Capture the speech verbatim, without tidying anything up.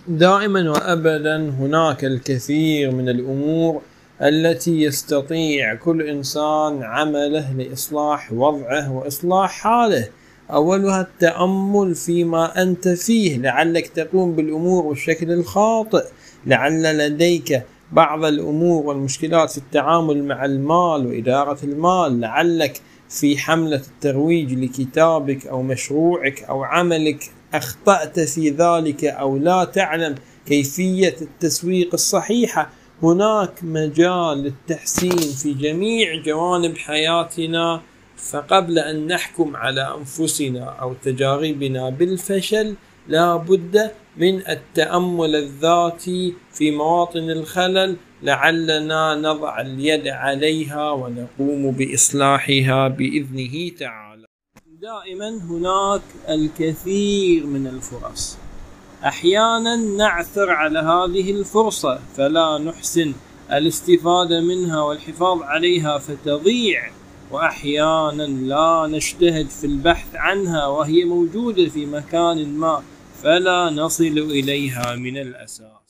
دائما وأبدا هناك الكثير من الأمور التي يستطيع كل إنسان عمله لإصلاح وضعه وإصلاح حاله. أولها التأمل فيما أنت فيه، لعلك تقوم بالأمور بالشكل الخاطئ، لعل لديك بعض الأمور والمشكلات في التعامل مع المال وإدارة المال، لعلك في حملة الترويج لكتابك أو مشروعك أو عملك أخطأت في ذلك أو لا تعلم كيفية التسويق الصحيحة. هناك مجال للتحسين في جميع جوانب حياتنا، فقبل أن نحكم على أنفسنا أو تجاربنا بالفشل لا بد من التأمل الذاتي في مواطن الخلل، لعلنا نضع اليد عليها ونقوم بإصلاحها بإذنه تعالى. دائما هناك الكثير من الفرص، أحيانا نعثر على هذه الفرصة فلا نحسن الاستفادة منها والحفاظ عليها فتضيع، وأحيانا لا نجتهد في البحث عنها وهي موجودة في مكان ما فلا نصل إليها من الأساس.